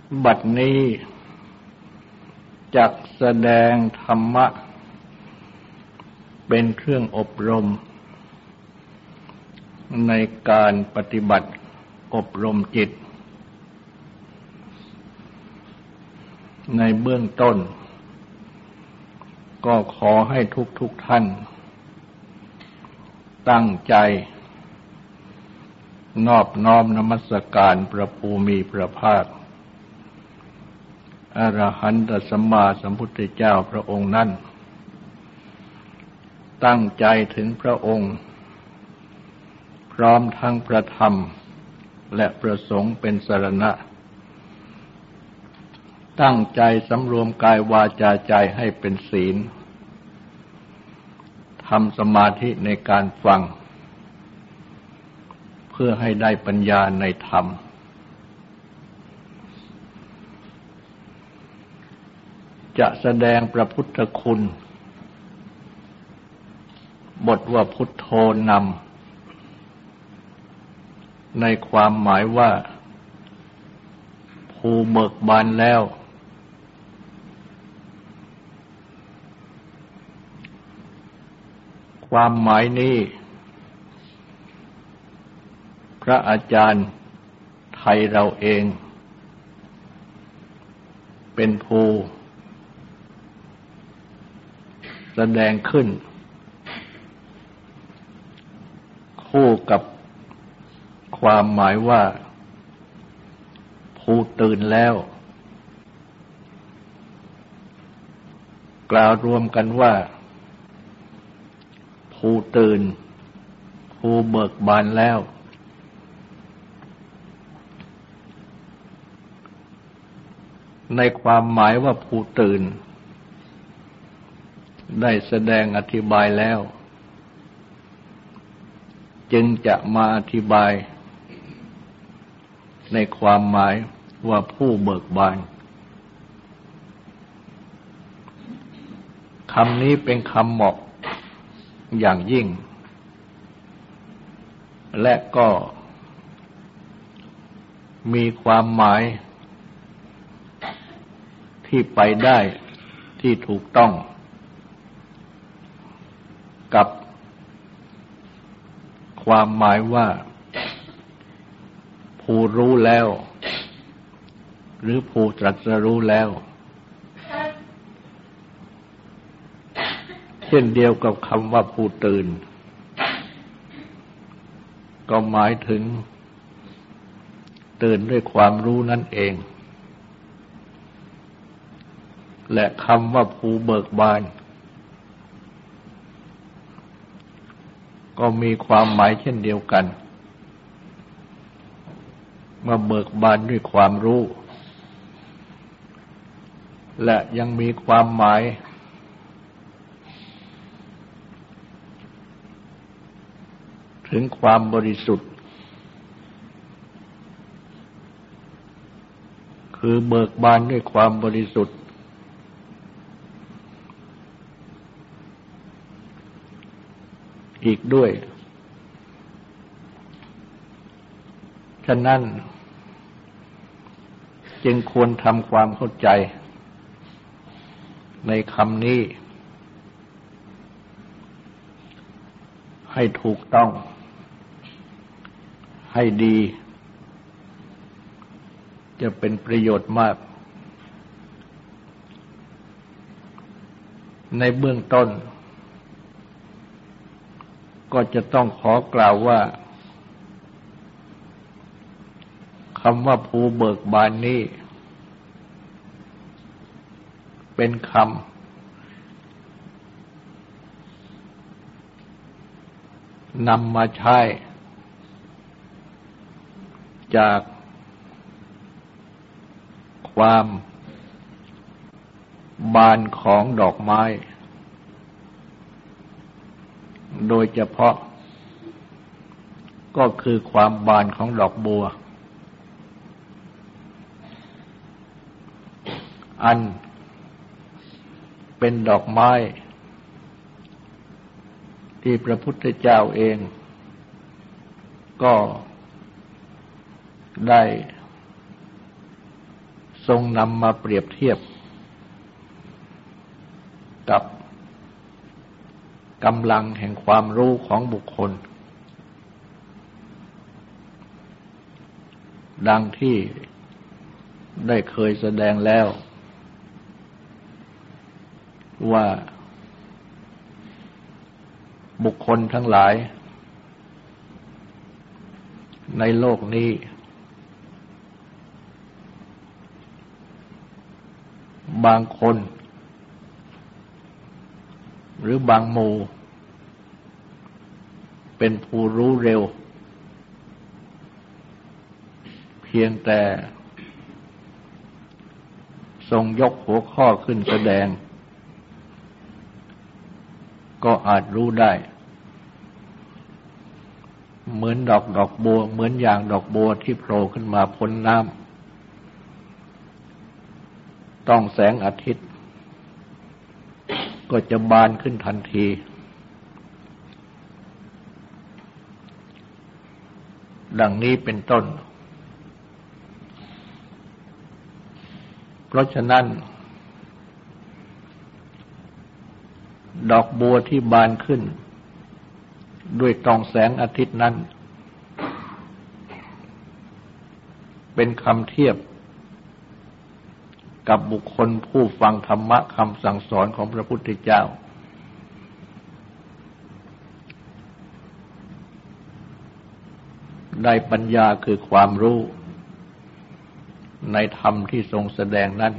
บัดนี้จักแสดงธรรมะเป็นเครื่องอบรมในการปฏิบัติอบรมจิตในเบื้องต้นก็ขอให้ทุกท่านตั้งใจนอบน้อมนมัสการพระภูมิพระภาคอรหันตสัมมาสัมพุทธเจ้าพระองค์นั้นตั้งใจถึงพระองค์พร้อมทั้งพระธรรมและพระสงฆ์เป็นสรณะตั้งใจสำรวมกายวาจาใจให้เป็นศีลทำสมาธิในการฟังเพื่อให้ได้ปัญญาในธรรมจะแสดงพระพุทธคุณบทว่าพุทโธนำในความหมายว่าภูเบิกบานแล้วความหมายนี้พระอาจารย์ไทยเราเองเป็นผู้แสดงขึ้นคู่กับความหมายว่าผู้ตื่นแล้วกล่าวรวมกันว่าผู้ตื่นผู้เบิกบานแล้วในความหมายว่าผู้ตื่นได้แสดงอธิบายแล้วจึงจะมาอธิบายในความหมายว่าผู้เบิกบานคำนี้เป็นคำเหมาะอย่างยิ่งและก็มีความหมายที่ไปได้ที่ถูกต้องกับความหมายว่าผู้รู้แล้วหรือผู้ตรัสรู้แล้วเช่นเดียวกับคำว่าผู้ตื่นก็หมายถึงตื่นด้วยความรู้นั่นเองและคำว่าผู้เบิกบานก็มีความหมายเช่นเดียวกันเมื่อเบิกบานด้วยความรู้และยังมีความหมายถึงความบริสุทธิ์คือเบิกบานด้วยความบริสุทธิ์อีกด้วยฉะนั้นจึงควรทำความเข้าใจในคำนี้ให้ถูกต้องให้ดีจะเป็นประโยชน์มากในเบื้องต้นก็จะต้องขอกล่าวว่าคำว่าภูเบิกบานนี้เป็นคำนำมาใช้จากความบานของดอกไม้โดยเฉพาะก็คือความบานของดอกบัวอันเป็นดอกไม้ที่พระพุทธเจ้าเองก็ได้ทรงนำมาเปรียบเทียบกับกำลังแห่งความรู้ของบุคคลดังที่ได้เคยแสดงแล้วว่าบุคคลทั้งหลายในโลกนี้บางคนหรือบางหมู่เป็นผู้รู้เร็วเพียงแต่ทรงยกหัวข้อขึ้นแสดงก็อาจรู้ได้เหมือนดอกบัวเหมือนอย่างดอกบัวที่โผล่ขึ้นมาพ้นน้ำต้องแสงอาทิตย์ก็จะบานขึ้นทันทีดังนี้เป็นต้นเพราะฉะนั้นดอกบัวที่บานขึ้นด้วยตองแสงอาทิตย์นั้นเป็นคำเทียบกับบุคคลผู้ฟังธรรมะคำสั่งสอนของพระพุทธเจ้าได้ปัญญาคือความรู้ในธรรมที่ทรงแสดงนั้น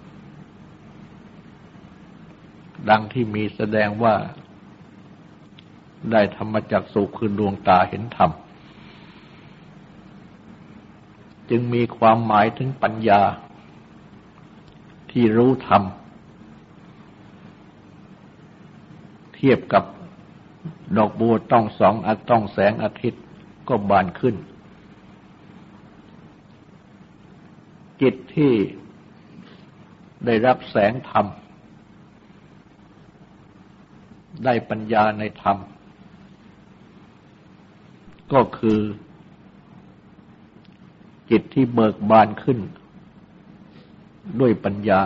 ดังที่มีแสดงว่าได้ธรรมจักษุคือดวงตาเห็นธรรมจึงมีความหมายถึงปัญญาที่รู้ธรรมเทียบกับดอกบัวต้องแสงอาทิตย์ก็บานขึ้นจิตที่ได้รับแสงธรรมได้ปัญญาในธรรมก็คือจิตที่เบิกบานขึ้นด้วยปัญญา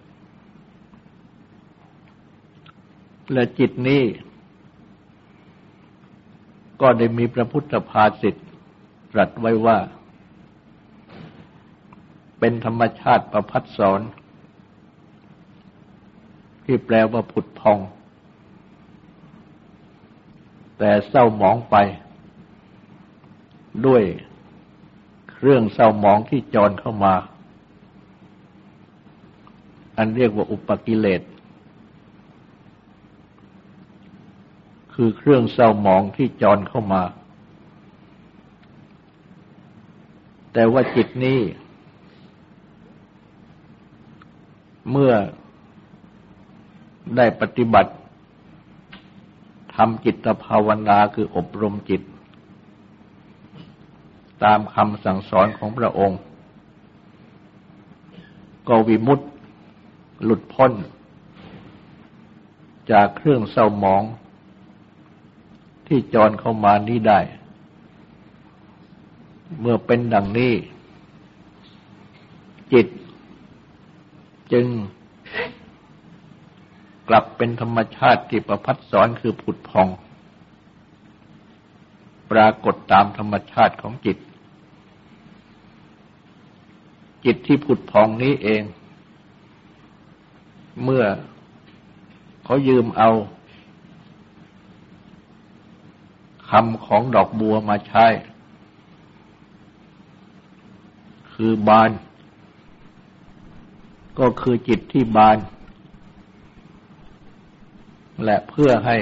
และจิตนี้ก็ได้มีพระพุทธภาษิตตรัสไว้ว่าเป็นธรรมชาติประภัสสรที่แปลว่าผุดพองแต่เศร้าหมองไปด้วยเครื่องเศร้าหมองที่จรเข้ามาอันเรียกว่าอุปกิเลสคือเครื่องเศร้าหมองที่จรเข้ามาแต่ว่าจิตนี้เมื่อได้ปฏิบัติทำจิตภาวนาคืออบรมจิตตามคำสั่งสอนของพระองค์ก็วิมุตติหลุดพ้นจากเครื่องเศร้าหมองที่จรเข้ามานี้ได้เมื่อเป็นดังนี้จิตจึงกลับเป็นธรรมชาติที่ประภัสสรคือผุดพองปรากฏตามธรรมชาติของจิตที่ผุดพองนี้เองเมื่อเขายืมเอาคำของดอกบัวมาใช้คือบานก็คือจิตที่บานและเพื่อให้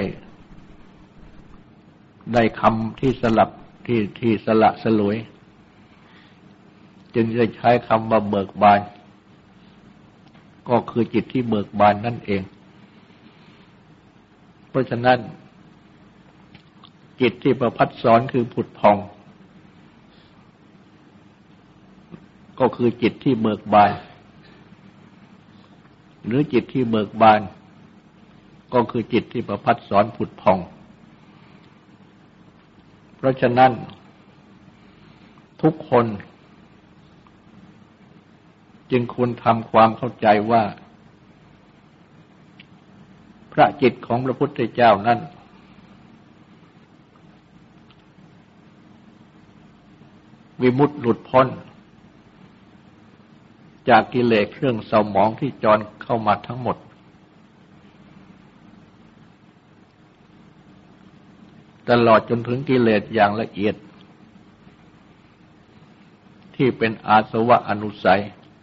ได้คำที่สลับที่สละสลวยจึงจะใช้คำว่าเบิกบานก็คือจิตที่เบิกบานนั่นเองเพราะฉะนั้นจิตที่ประภัสสรคือผุดพองก็คือจิตที่เบิกบานหรือจิตที่เบิกบานก็คือจิตที่ประภัสสรผุดพองเพราะฉะนั้นทุกคนจึงควรทำความเข้าใจว่าพระจิตของพระพุทธเจ้านั้นวิมุตติหลุดพ้นจากกิเลสเครื่องเศร้าหมองที่จรเข้ามาทั้งหมดตลอดจนถึงกิเลสอย่างละเอียดที่เป็นอาสวะอนุสัย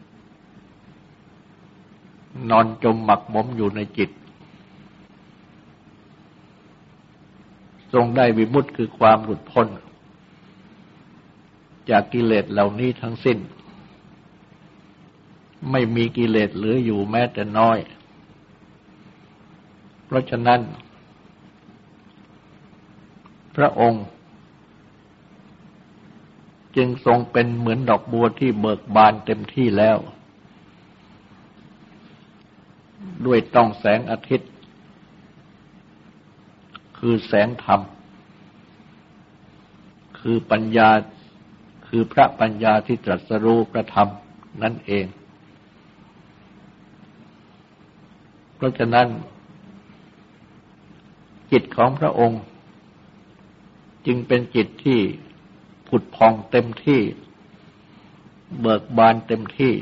นอนจมหมักหมมอยู่ในจิตทรงได้วิมุตติคือความหลุดพ้นจากกิเลสเหล่านี้ทั้งสิ้นไม่มีกิเลสเหลืออยู่แม้แต่น้อยเพราะฉะนั้นพระองค์จึงทรงเป็นเหมือนดอกบัวที่เบิกบานเต็มที่แล้วด้วยต้องแสงอาทิตย์คือแสงธรรมคือปัญญาคือพระปัญญาที่ตรัสรู้พระธรรมนั่นเองเพราะฉะนั้นจิตของพระองค์จึงเป็นจิตที่ผุดผ่องเต็มที่เบิกบานเต็มที่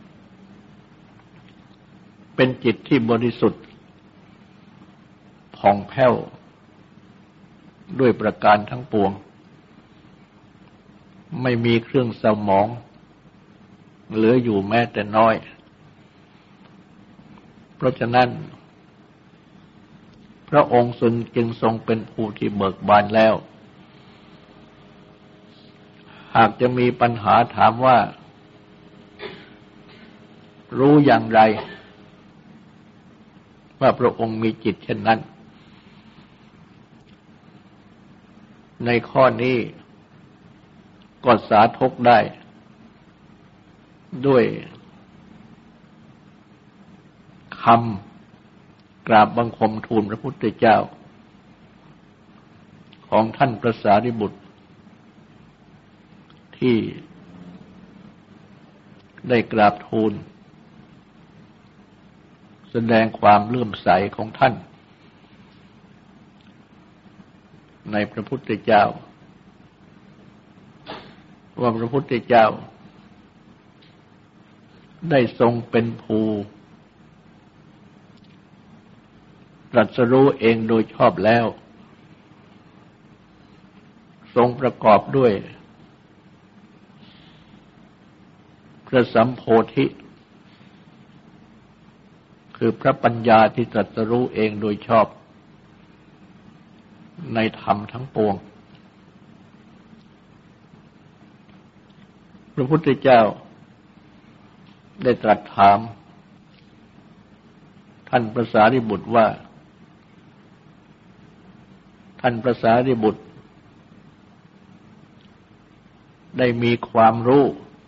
เป็นจิตที่บริสุทธิ์ผ่องแผ้วด้วยประการทั้งปวงไม่มีเครื่องเศร้าหมองเหลืออยู่แม้แต่น้อยเพราะฉะนั้นพระองค์จึงทรงเป็นผู้ที่เบิกบานแล้วหากจะมีปัญหาถามว่ารู้อย่างไรว่าพระองค์มีจิตเช่นนั้นในข้อนี้ก็สาธกได้ด้วยคำกราบบังคมทูลพระพุทธเจ้าของท่านพระสารีบุตรที่ได้กราบทูลแสดงความเลื่อมใสของท่านในพระพุทธเจ้าว่าพระพุทธเจ้าได้ทรงเป็นผู้ตรัสรู้เองโดยชอบแล้วทรงประกอบด้วยพระสัมโพธิคือพระปัญญาที่ตรัสรู้เองโดยชอบในธรรมทั้งปวงพระพุทธเจ้าได้ตรัสถามท่านพระสารีบุตรว่าท่านพระสารีบุตรได้มีความรู้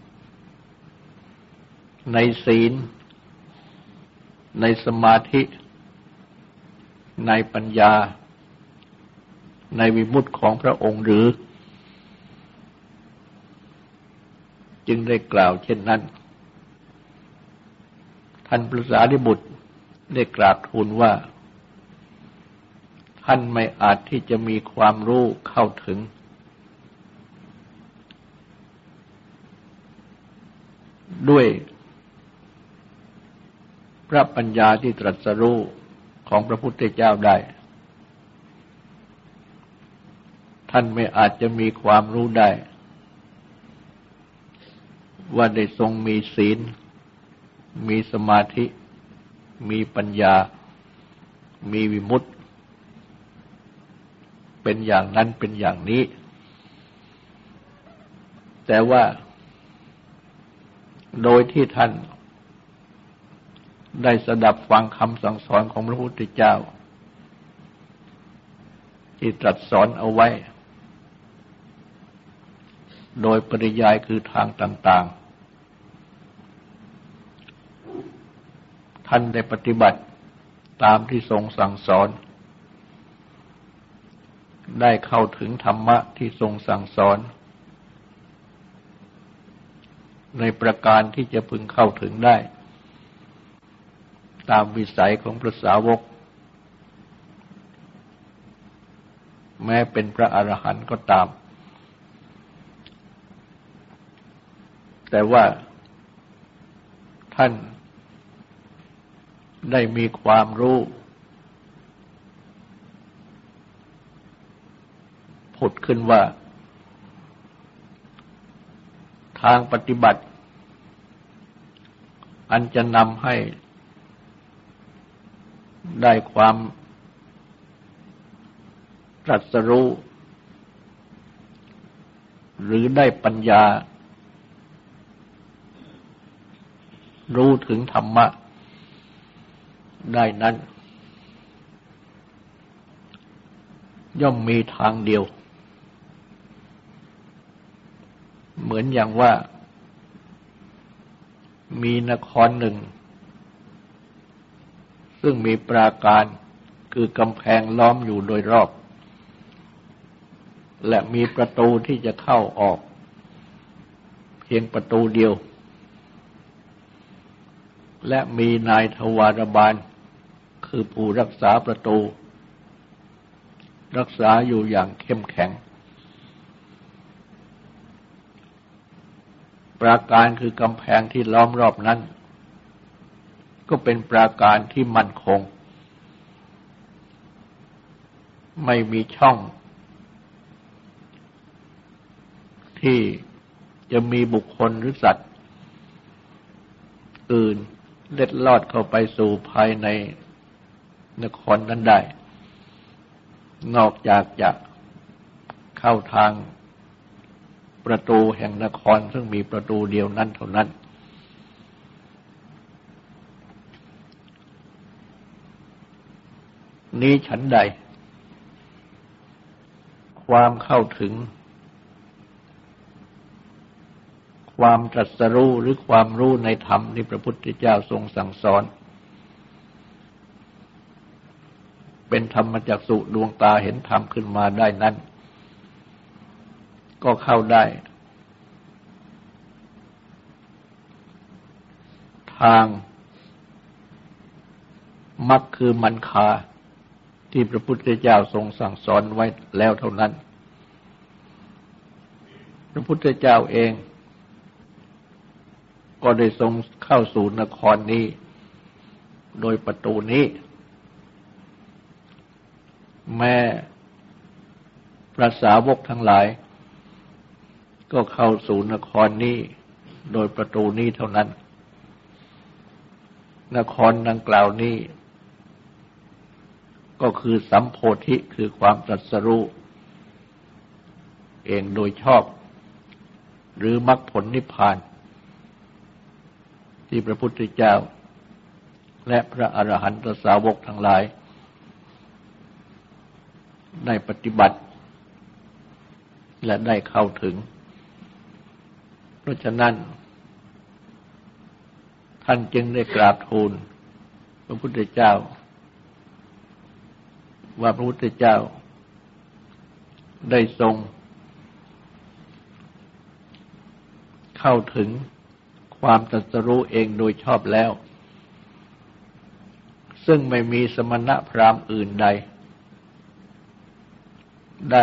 ในศีลในสมาธิในปัญญาในวิมุตติของพระองค์หรือจึงได้กล่าวเช่นนั้นท่านพระสารีบุตรได้กราบทูลว่าท่านไม่อาจที่จะมีความรู้เข้าถึงด้วยพระปัญญาที่ตรัสรู้ของพระพุทธเจ้าได้ท่านไม่อาจจะมีความรู้ได้ว่าได้ทรงมีศีลมีสมาธิมีปัญญามีวิมุตติเป็นอย่างนั้นเป็นอย่างนี้แต่ว่าโดยที่ท่านได้สดับฟังคำสั่งสอนของพระพุทธเจ้าที่ตรัสสอนเอาไว้โดยปริยายคือทางต่างๆท่านได้ปฏิบัติตามที่ทรงสั่งสอนได้เข้าถึงธรรมะที่ทรงสั่งสอนในประการที่จะพึงเข้าถึงได้ตามวิสัยของพระสาวกแม้เป็นพระอรหันต์ก็ตามแต่ว่าท่านได้มีความรู้ผุดขึ้นว่าทางปฏิบัติอันจะนำให้ได้ความตรัสรู้หรือได้ปัญญารู้ถึงธรรมะได้นั้นย่อมมีทางเดียวเหมือนอย่างว่ามีนครหนึ่งซึ่งมีปราการคือกำแพงล้อมอยู่โดยรอบและมีประตูที่จะเข้าออกเพียงประตูเดียวและมีนายทวารบาลคือผู้รักษาประตูรักษาอยู่อย่างเข้มแข็งปราการคือกำแพงที่ล้อมรอบนั้นก็เป็นปราการที่มั่นคงไม่มีช่องที่จะมีบุคคลหรือสัตว์อื่นเล็ดลอดเข้าไปสู่ภายในนครนั้นได้นอกจากจะเข้าทางประตูแห่งนครซึ่งมีประตูเดียวนั้นเท่านั้นนี้ฉันใดความเข้าถึงความตรัสรู้หรือความรู้ในธรรมที่พระพุทธเจ้าทรงสั่งสอนเป็นธรรมจักษุดวงตาเห็นธรรมขึ้นมาได้นั้นก็เข้าได้ทางมรรคคือมัญคาที่พระพุทธเจ้าทรงสั่งสอนไว้แล้วเท่านั้นพระพุทธเจ้าเองก็ได้ทรงเข้าสู่นครนี้โดยประตูนี้แม้พระสาวกทั้งหลายก็เข้าสู่นครนี้โดยประตูนี้เท่านั้นนครดังกล่าวนี้ก็คือสัมโพธิคือความตรัสรู้เองโดยชอบหรือมรรคผลนิพพานที่พระพุทธเจ้าและพระอรหันตสาวกทั้งหลายได้ปฏิบัติและได้เข้าถึงเพราะฉะนั้นท่านจึงได้กราบทูลพระพุทธเจ้าว่าพระพุทธเจ้าได้ทรงเข้าถึงความตรัสรู้เองโดยชอบแล้วซึ่งไม่มีสมณะพราหมณ์อื่นใดได้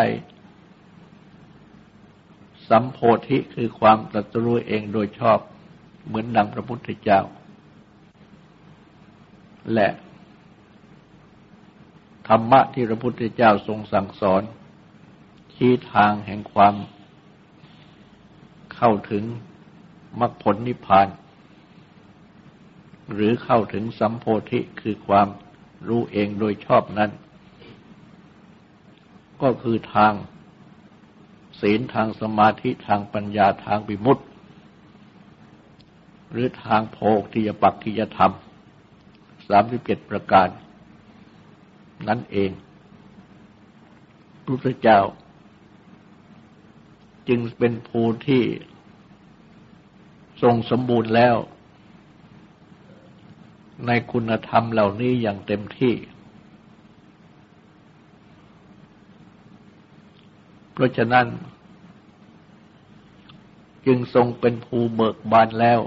สัมโพธิคือความตรัสรู้เองโดยชอบเหมือนดังพระพุทธเจ้าและธรรมะที่พระพุทธเจ้าทรงสั่งสอนชี้ทางแห่งความเข้าถึงมรรคผลนิพพานหรือเข้าถึงสัมโพธิคือความรู้เองโดยชอบนั้นก็คือทางศีลทางสมาธิทางปัญญาทางวิมุตติหรือทางโพธิยปักขิยธรรม37ประการนั่นเองพระพุทธเจ้าจึงเป็นผู้ที่ทรงสมบูรณ์แล้วในคุณธรรมเหล่านี้อย่างเต็มที่เพราะฉะนั้นจึงทรงเป็นภูเบิกบานแล้ว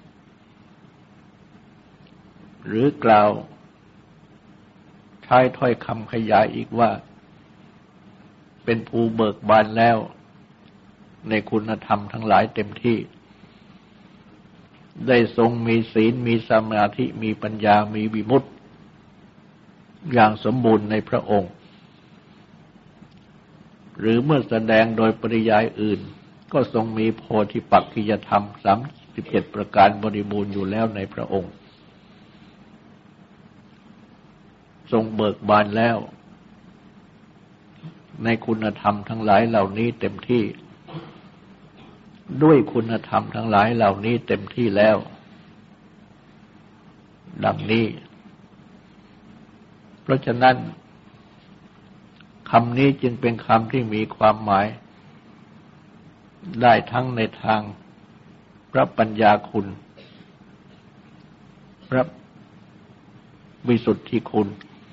หรือกล่าวใช้ถ้อยคำขยายอีกว่าเป็นภูเบิกบานแล้วในคุณธรรมทั้งหลายเต็มที่ได้ทรงมีศีลมีสมาธิมีปัญญามีวิมุตติอย่างสมบูรณ์ในพระองค์หรือเมื่อแสดงโดยปริยายอื่นก็ทรงมีโพธิปักขิยธรรม31ประการบริบูรณ์อยู่แล้วในพระองค์ทรงเบิกบานแล้วในคุณธรรมทั้งหลายเหล่านี้เต็มที่ด้วยคุณธรรมทั้งหลายเหล่านี้เต็มที่แล้วดังนี้เพราะฉะนั้นคำนี้จึงเป็นคำที่มีความหมายได้ทั้งในทางพระปัญญาคุณพระวิสุทธิคุณ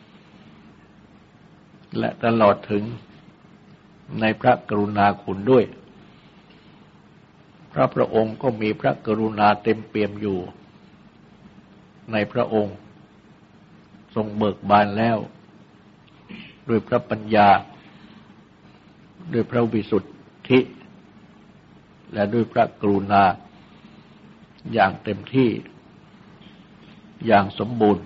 และตลอดถึงในพระกรุณาคุณด้วยพระองค์ก็มีพระกรุณาเต็มเปี่ยมอยู่ในพระองค์ทรงเบิกบานแล้วด้วยพระปัญญาด้วยพระวิสุทธิและด้วยพระกรุณาอย่างเต็มที่อย่างสมบูรณ์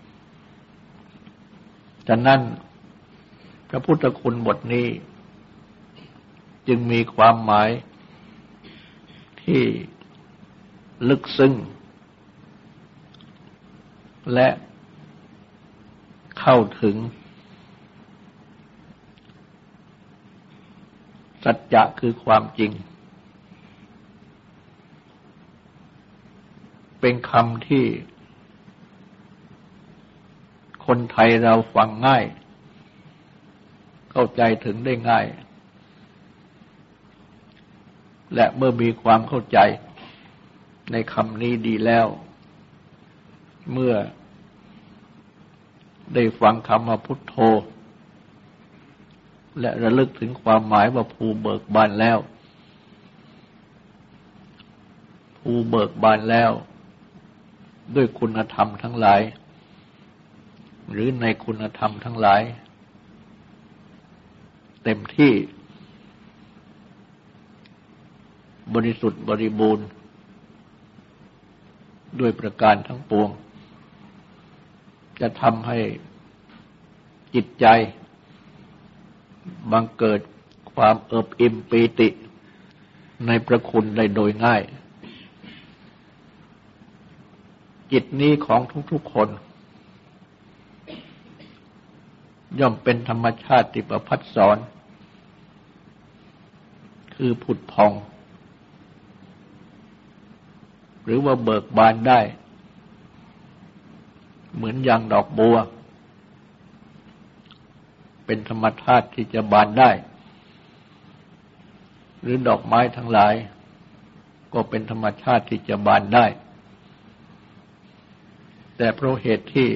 ฉะนั้นพระพุทธคุณบทนี้จึงมีความหมายที่ลึกซึ้งและเข้าถึงสัจจะคือความจริงเป็นคำที่คนไทยเราฟังง่ายเข้าใจถึงได้ง่ายและเมื่อมีความเข้าใจในคำนี้ดีแล้วเมื่อได้ฟังคำว่าพุทโธและระลึกถึงความหมายว่าภูเบิกบานแล้วภูเบิกบานแล้วด้วยคุณธรรมทั้งหลายหรือในคุณธรรมทั้งหลายเต็มที่บริสุทธิ์บริบูรณ์ด้วยประการทั้งปวงจะทำให้จิตใจบังเกิดความเอิบอิ่มปีติในพระคุณได้โดยง่ายจิตนี้ของทุกๆคนย่อมเป็นธรรมชาติประภัสสรคือผุดผ่องหรือว่าเบิกบานได้เหมือนอย่างดอกบัวเป็นธรรมชาติที่จะบานได้หรือดอกไม้ทั้งหลายก็เป็นธรรมชาติที่จะบานได้แต่เพราะเหตุที่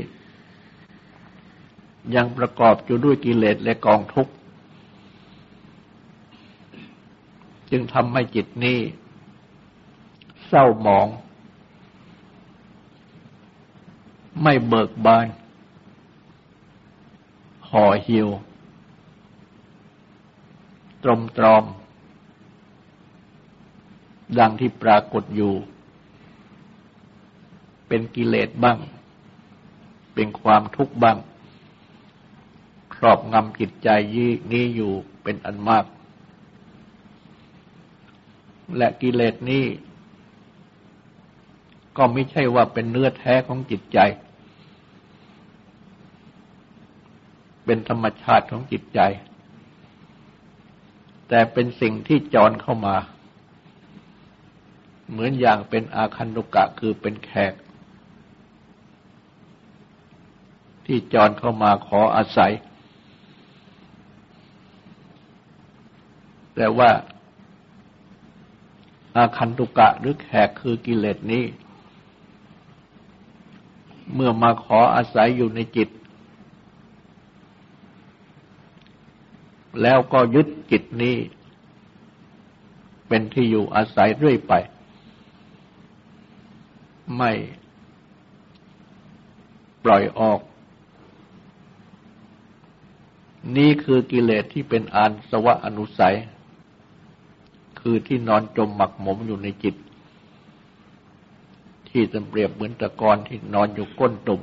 ยังประกอบอยู่ด้วยกิเลสและกองทุกข์จึงทำให้จิตนี้เศร้าหมองไม่เบิกบานห่อเหี่ยวตรมตรอมดังที่ปรากฏอยู่เป็นกิเลสบ้างเป็นความทุกข์บ้างครอบงำจิตใจนี้อยู่เป็นอันมากและกิเลสนี้ก็ไม่ใช่ว่าเป็นเนื้อแท้ของจิตใจเป็นธรรมชาติของจิตใจแต่เป็นสิ่งที่จรเข้ามาเหมือนอย่างเป็นอาคันตุกะคือเป็นแขกที่จรเข้ามาขออาศัยแต่ว่าอาคันตุกะหรือแขกคือกิเลสนี้เมื่อมาขออาศัยอยู่ในจิตแล้วก็ยึดจิตนี้เป็นที่อยู่อาศัยเรื่อยไปไม่ปล่อยออกนี่คือกิเลสที่เป็นอาสวะอนุสัยคือที่นอนจมหมักหมมอยู่ในจิตที่จะเปรียบเหมือนตะกอนที่นอนอยู่ก้นตุ่ม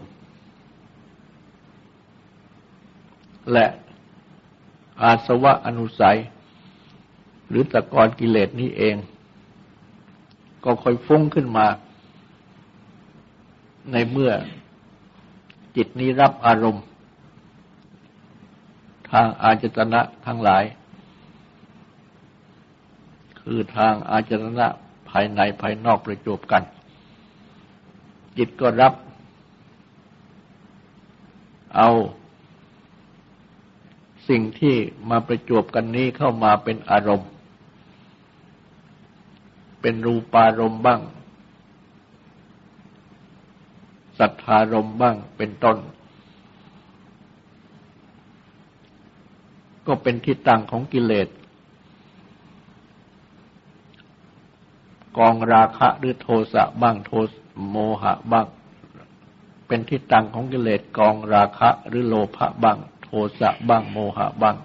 และอาสวะอนุสัยหรือตะกอนกิเลสนี้เองก็ค่อยฟุ้งขึ้นมาในเมื่อจิตนี้รับอารมณ์ทางอาจตนะทั้งหลายคือทางอาจตนะภายในภายนอกประจวบกันจิตก็รับเอาสิ่งที่มาประจวบกันนี้เข้ามาเป็นอารมณ์เป็นรูปารมณ์บ้างสัทธารมณ์บ้างเป็นต้นก็เป็นที่ตั้งของกิเลสกองราคะหรือโทสะบ้างโมหะบ้างเป็นที่ตั้งของกิเลสกองราคะหรือโลภะบ้างโทสะบ้างโมหะบ้าง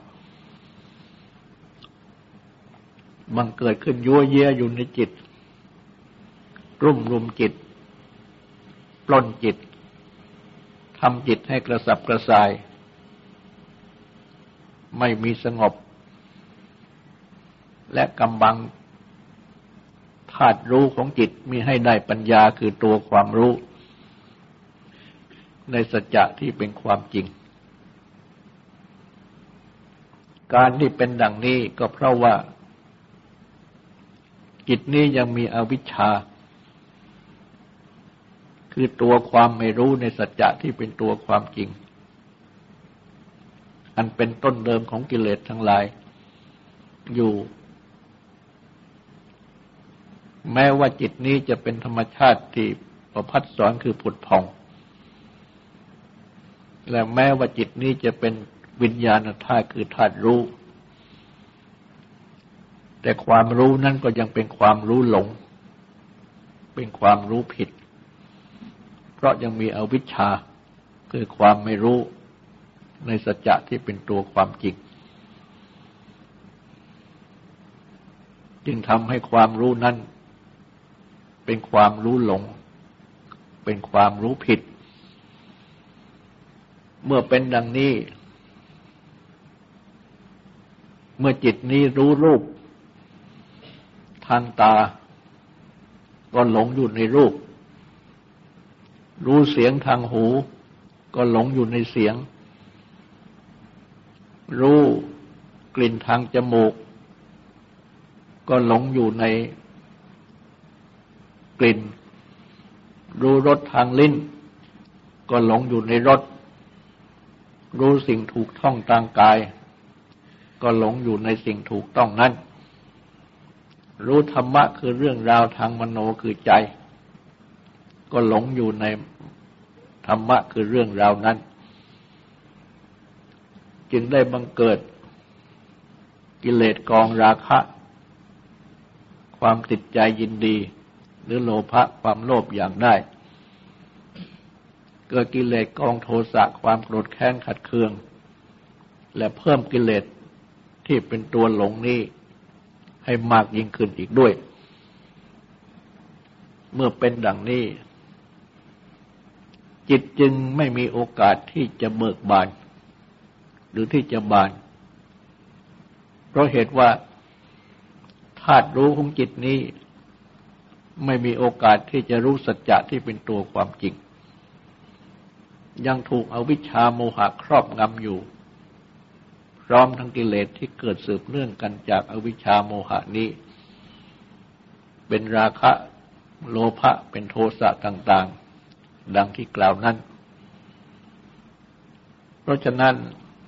บังเกิดขึ้นยั่วเย้ยอยู่ในจิตรุ่มรุมจิตปล้นจิตทำจิตให้กระสับกระส่ายไม่มีสงบและกำบังธาตุรู้ของจิตมีให้ได้ปัญญาคือตัวความรู้ในสัจจะที่เป็นความจริงการที่เป็นดังนี้ก็เพราะว่าจิตนี้ยังมีอวิชชาคือตัวความไม่รู้ในสัจจะที่เป็นตัวความจริงอันเป็นต้นเดิมของกิเลสทั้งหลายอยู่แม้ว่าจิตนี้จะเป็นธรรมชาติที่ประภัสสรคือผุดผ่องและแม้ว่าจิตนี้จะเป็นวิญญาณธาตุคือธาตุรู้แต่ความรู้นั้นก็ยังเป็นความรู้หลงเป็นความรู้ผิดเพราะยังมีอวิชชาคือความไม่รู้ในสัจจะที่เป็นตัวความจริงจึงทำให้ความรู้นั้นเป็นความรู้หลงเป็นความรู้ผิดเมื่อเป็นดังนี้เมื่อจิตนี้รู้รูปทางตาก็หลงอยู่ในรูปรู้เสียงทางหูก็หลงอยู่ในเสียงรู้กลิ่นทางจมูกก็หลงอยู่ในกลิ่นรู้รสทางลิ้นก็หลงอยู่ในรสรู้สิ่งถูกต้องทางกายก็หลงอยู่ในสิ่งถูกต้องนั้นรู้ธรรมะคือเรื่องราวทางมโนคือใจก็หลงอยู่ในธรรมะคือเรื่องราวนั้นจึงได้บังเกิดกิเลสกองราคะความติดใจยินดีหรือโลภะความโลภอยากได้เกิดกิเลสกองโทสะความโกรธแค้นขัดเคืองและเพิ่มกิเลสที่เป็นตัวหลงนี้ให้มากยิ่งขึ้นอีกด้วยเมื่อเป็นดังนี้จิตจึงไม่มีโอกาสที่จะเบิกบานหรือที่จะบานเพราะเหตุว่าธาตุรู้ของจิตนี้ไม่มีโอกาสที่จะรู้สัจจะที่เป็นตัวความจริงยังถูกอวิชชาโมหะครอบงำอยู่พร้อมทั้งกิเลสที่เกิดสืบเนื่องกันจากอวิชชาโมหะนี้เป็นราคะโลภะเป็นโทสะต่างๆดังที่กล่าวนั้นเพราะฉะนั้น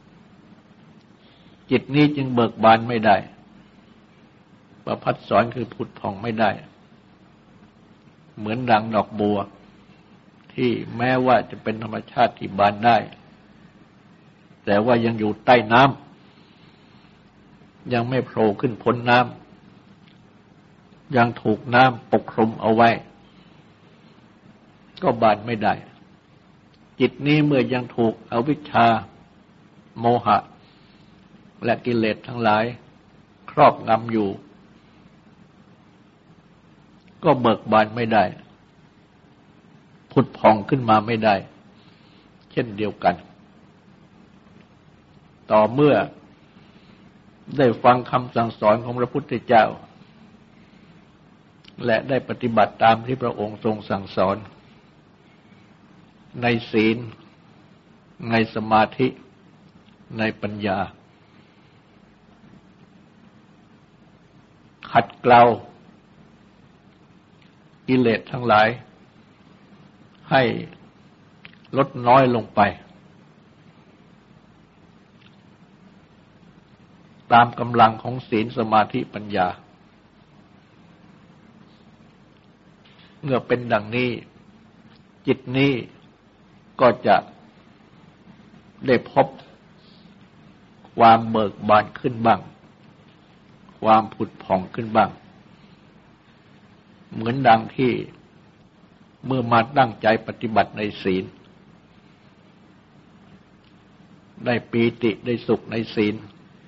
จิตนี้จึงเบิกบานไม่ได้ประภัสสรคือผุดผ่องไม่ได้เหมือนดังดอกบัวที่แม้ว่าจะเป็นธรรมชาติที่บานได้แต่ว่ายังอยู่ใต้น้ำยังไม่โผล่ขึ้นพ้นน้ยังถูกน้ำปกคลุมเอาไว้ก็บานไม่ได้จิตนี้เมื่อยังถูกอวิชชาโมหะและกิเลสทั้งหลายครอบงำอยู่ก็เบิกบานไม่ได้ผุดผ่องขึ้นมาไม่ได้เช่นเดียวกันต่อเมื่อได้ฟังคำสั่งสอนของพระพุทธเจ้าและได้ปฏิบัติตามที่พระองค์ทรงสั่งสอนในศีลในสมาธิในปัญญาขัดเกลากิเลสทั้งหลายให้ลดน้อยลงไปตามกำลังของศีลสมาธิปัญญาเมื่อเป็นดังนี้จิตนี้ก็จะได้พบความเบิกบานขึ้นบ้างความผุดผ่องขึ้นบ้างเหมือนดังที่เมื่อมาตั้งใจปฏิบัติในศีลได้ปีติได้สุขในศีล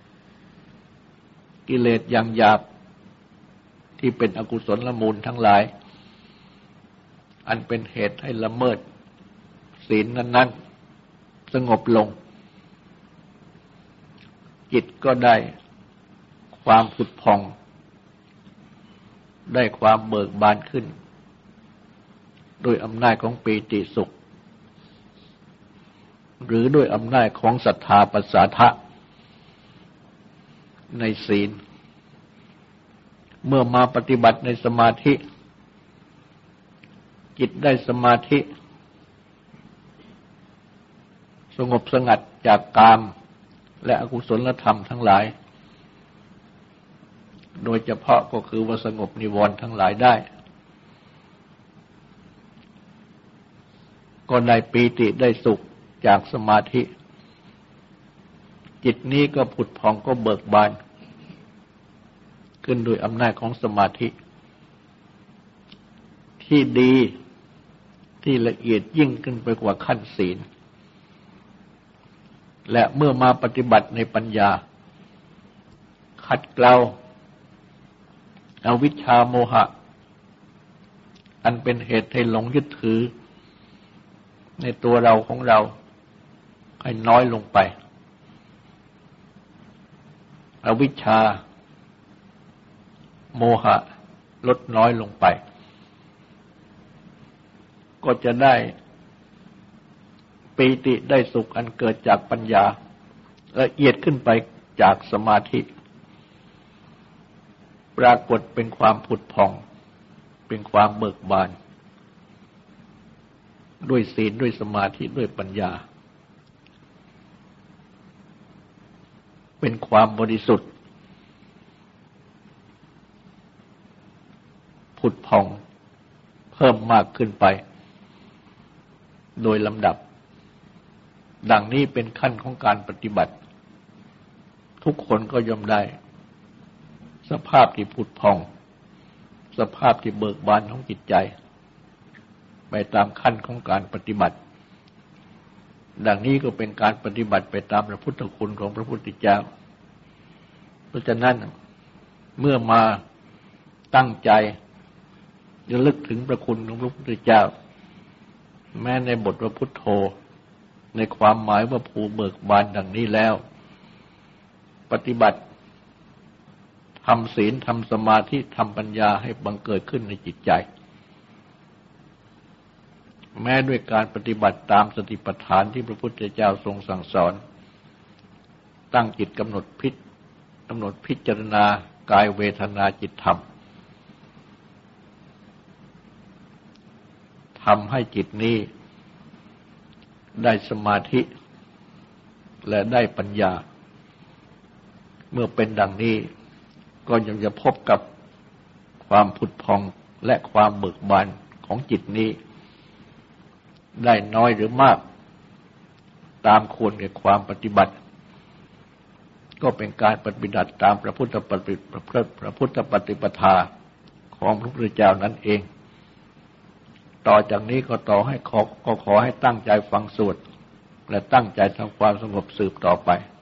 กิเลสอย่างหยาบที่เป็นอกุศลมูลทั้งหลายอันเป็นเหตุให้ละเมิดศีลนั้นๆสงบลงจิตก็ได้ความผุดผ่องได้ความเบิกบานขึ้นโดยอำนาจของปีติสุขหรือด้วยอำนาจของศรัทธาปัสสาทะในศีลเมื่อมาปฏิบัติในสมาธิจิตได้สมาธิสงบสงัดจากกามและอกุศลธรรมทั้งหลายโดยเฉพาะก็คือว่าสงบนิวรณ์ทั้งหลายได้ก็ได้ปีติได้สุขจากสมาธิจิตนี้ก็ผุดผ่องก็เบิกบานขึ้นโดยอำนาจของสมาธิที่ดีที่ละเอียดยิ่งขึ้นไปกว่าขั้นศีลและเมื่อมาปฏิบัติในปัญญาขัดเกลาอวิชชาโมหะอันเป็นเหตุให้หลงยึดถือในตัวเราของเราให้น้อยลงไปอวิชชาโมหะลดน้อยลงไปก็จะได้ปีติได้สุขอันเกิดจากปัญญาละเอียดขึ้นไปจากสมาธิปรากฏเป็นความผุดผ่องเป็นความเบิกบานด้วยศีลด้วยสมาธิด้วยปัญญาเป็นความบริสุทธิ์ผุดผ่องเพิ่มมากขึ้นไปโดยลำดับดังนี้เป็นขั้นของการปฏิบัติทุกคนก็ย่อมได้สภาพที่ผุดผ่องสภาพที่เบิกบานของจิตใจไปตามขั้นของการปฏิบัติดังนี้ก็เป็นการปฏิบัติไปตามพระพุทธคุณของพระพุทธเจ้าเพราะฉะนั้นเมื่อมาตั้งใจระลึกถึงพระคุณของพระพุทธเจ้าแม้ในบทว่าพุทโธในความหมายว่าผู้เบิกบานดังนี้แล้วปฏิบัติทำศีลทำสมาธิทำปัญญาให้บังเกิดขึ้นในจิตใจแม้ด้วยการปฏิบัติตามสติปัฏฐานที่พระพุทธเจ้าทรงสั่งสอนตั้งจิตกำหนดพิจารณากายเวทนาจิตธรรมทำให้จิตนี้ได้สมาธิและได้ปัญญาเมื่อเป็นดังนี้ก็ยังจะพบกับความผุดผ่องและความเบิกบานของจิตนี้ได้น้อยหรือมากตามควรแก่ความปฏิบัติก็เป็นการปฏิบัติตามพระพุทธปฏิปทาของพระพุทธเจ้านั่นเองต่อจากนี้ก็ขอให้ตั้งใจฟังสวดและตั้งใจทำความสงบสืบต่อไป